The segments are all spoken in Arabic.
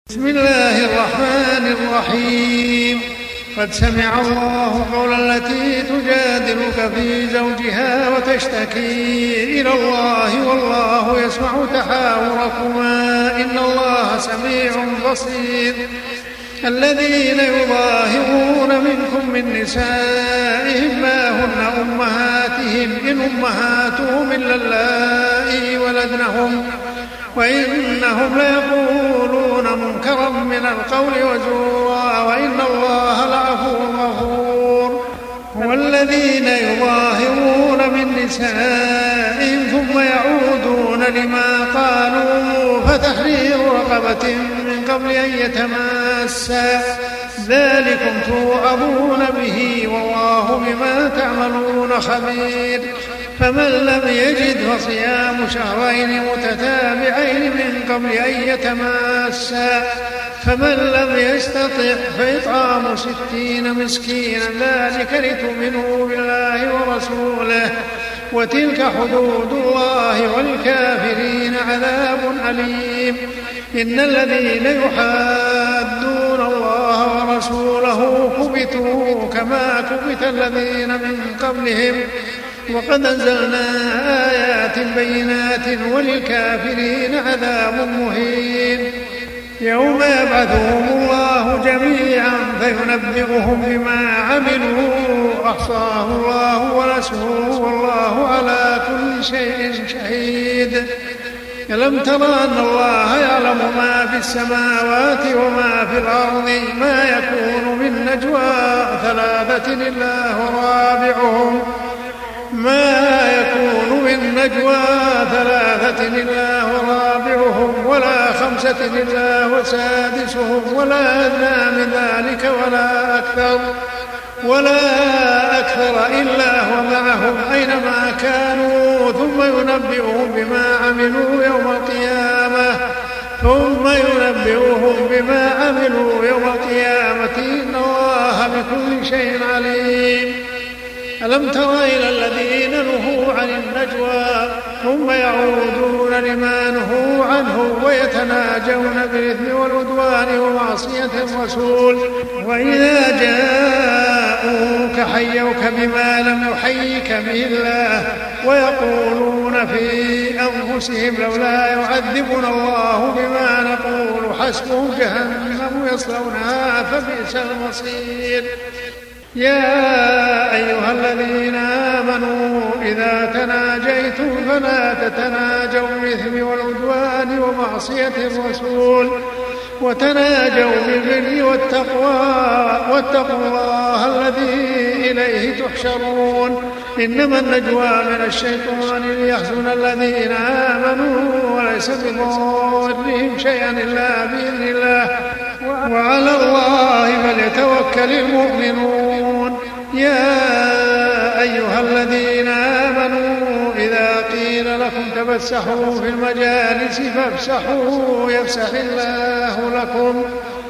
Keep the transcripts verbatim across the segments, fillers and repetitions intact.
بسم الله الرحمن الرحيم. قد سمع الله قول التي تجادلك في زوجها وتشتكي إلى الله والله يسمع تحاوركما إن الله سميع بصير. الذين يظاهرون منكم من نسائهم ما هن أمهاتهم إن أمهاتهم إلا اللائي ولدنهم وإنهم ليقولون منكرا من القول وزورا وإن الله لعفو غفور. والذين يظاهرون من نسائهم ثم يعودون لما قالوا فتحرير رقبة من قبل أن يتماسا ذلكم توعظون به والله بما تعملون خبير. فمن لم يجد فصيام شهرين متتابعين من قبل أن يتماسا فمن لم يستطع فإطعام ستين مسكينا ذلك لتؤمنوا بالله ورسوله وتلك حدود الله والكافرين عذاب أليم. إن الذين يحادون الله ورسوله كبتوا كما كبت الذين من قبلهم وقد أنزلنا آيات بينات وللكافرين عذاب مهين. يوم يبعثهم الله جميعا فينبئهم بما عملوا أحصاه الله ونسوه والله على كل شيء شهيد. ألم تر أن الله يعلم ما في السماوات وما في الأرض ما يكون من نجوى ثلاثة إلا هو رابعهم ما يكون من نجوى ثلاثة إلا هو رابعهم ولا خمسة إلا هو سادسهم ولا أدنى من ذلك ولا أكثر ولا أكثر إلا هو معهم أينما كانوا ثم ينبئهم بما عملوا يوم القيامة ثم ينبئهم بما عملوا يوم القيامة إن الله بكل شيء عليم. ألم تر إلى الذين نهوا عن النجوى ثم يعودون لما نهوا عنه ويتناجون بالإثم والعدوان ومعصية الرسول وإذا جاءوك حيوك بما لم يحيك به الله ويقولون في أنفسهم لولا يعذبنا الله بما نقول حسبهم جهنم يصلونها فبئس المصير. يا أيها الذين آمنوا إذا تناجيتم فلا تتناجوا بالإثم والعدوان ومعصية الرسول وتناجوا بالبر والتقوى واتقوا الله الذي إليه تحشرون. إنما النجوى من الشيطان ليحزن الذين آمنوا وليس بضارهم شيئا إلا بإذن الله وعلى الله فليتوكل المؤمنون. يا أيها الذين آمنوا إذا قيل لكم تفسحوا في المجالس فافسحوا يفسح الله لكم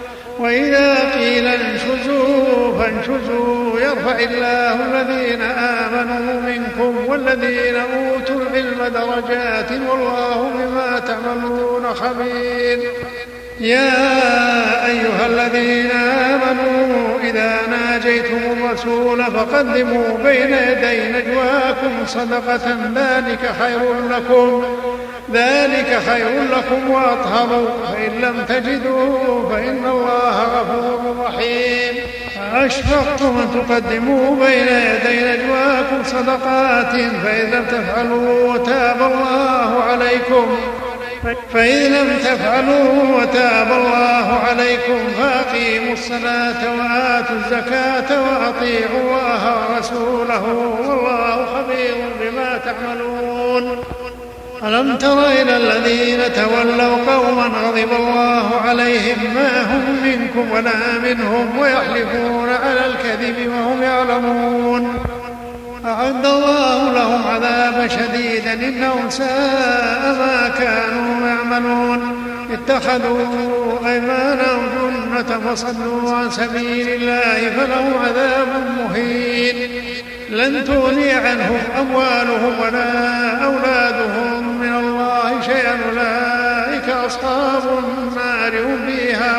وإذا قيل انشزوا فانشزوا يرفع الله الذين آمنوا منكم والذين أوتوا العلم درجات والله بما تعملون خبير. يا أيها الذين آمنوا إذا ناجيتم الرسول فقدموا بين يدي نجواكم صدقة ذلك خير لكم ذلك خير لكم وأطهر فإن لم تجدوا فإن الله غفور رحيم. أشفقتم أن تقدموا بين يدي نجواكم صدقات فإن لم تفعلوا وتاب الله عليكم فإن لم تفعلوا وتاب الله عليكم فأقيموا الصلاة وآتوا الزكاة وأطيعوا الله ورسوله والله خبير بما تعملون. ألم تر إلى الذين تولوا قوما غضب الله عليهم ما هم منكم ولا منهم ويحلفون على الكذب وهم يعلمون أعد الله لهم عذابا شديدا إنهم ساء ما كانوا يعملون. اتخذوا أيمانهم جنة فصدوا عن سبيل الله فلهم عذاب مهين. لن تغني عنهم أموالهم ولا أولادهم من الله شيئا أولئك أصحاب النار هم فيها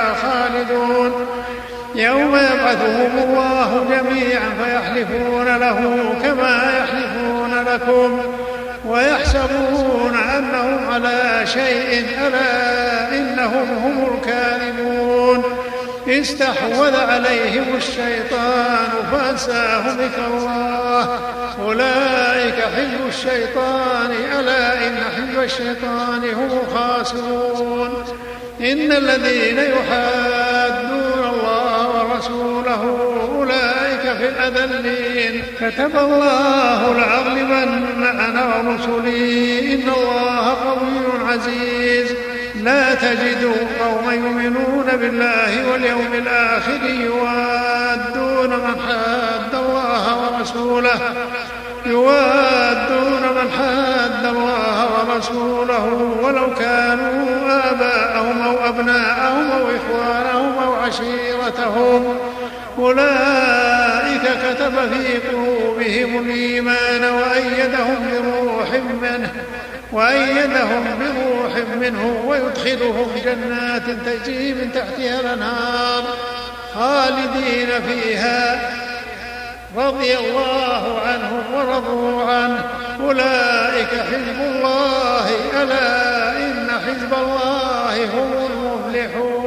يوم يبعثهم الله جميعا فيحلفون له كما يحلفون لكم ويحسبون أنهم على شيء ألا إنهم هم الكاذبون. استحوذ عليهم الشيطان فأنساهم ذكر الله أولئك حزب الشيطان ألا إن حزب الشيطان هم الخاسرون. إن الذين يحادون الله ورسوله أولئك في الأذلين. كتب الله لأغلبن أنا ورسلي إن الله قوي عزيز. لا تجد قوما يؤمنون بالله واليوم الآخر يوادون من حاد الله ورسوله يوادون من حاد الله ورسوله ولو كانوا آباءهم أو أبناءهم أو إخوانهم أو عشيرتهم أولئك كتب في قلوبهم الإيمان وأيدهم بروح منه وأيدهم بروح منه ويدخلهم جنات تجري من تحتها الأنهار خالدين فيها رضي الله عنهم ورضوا عنه أولئك حزب الله ألا إن حزب الله هم المفلحون.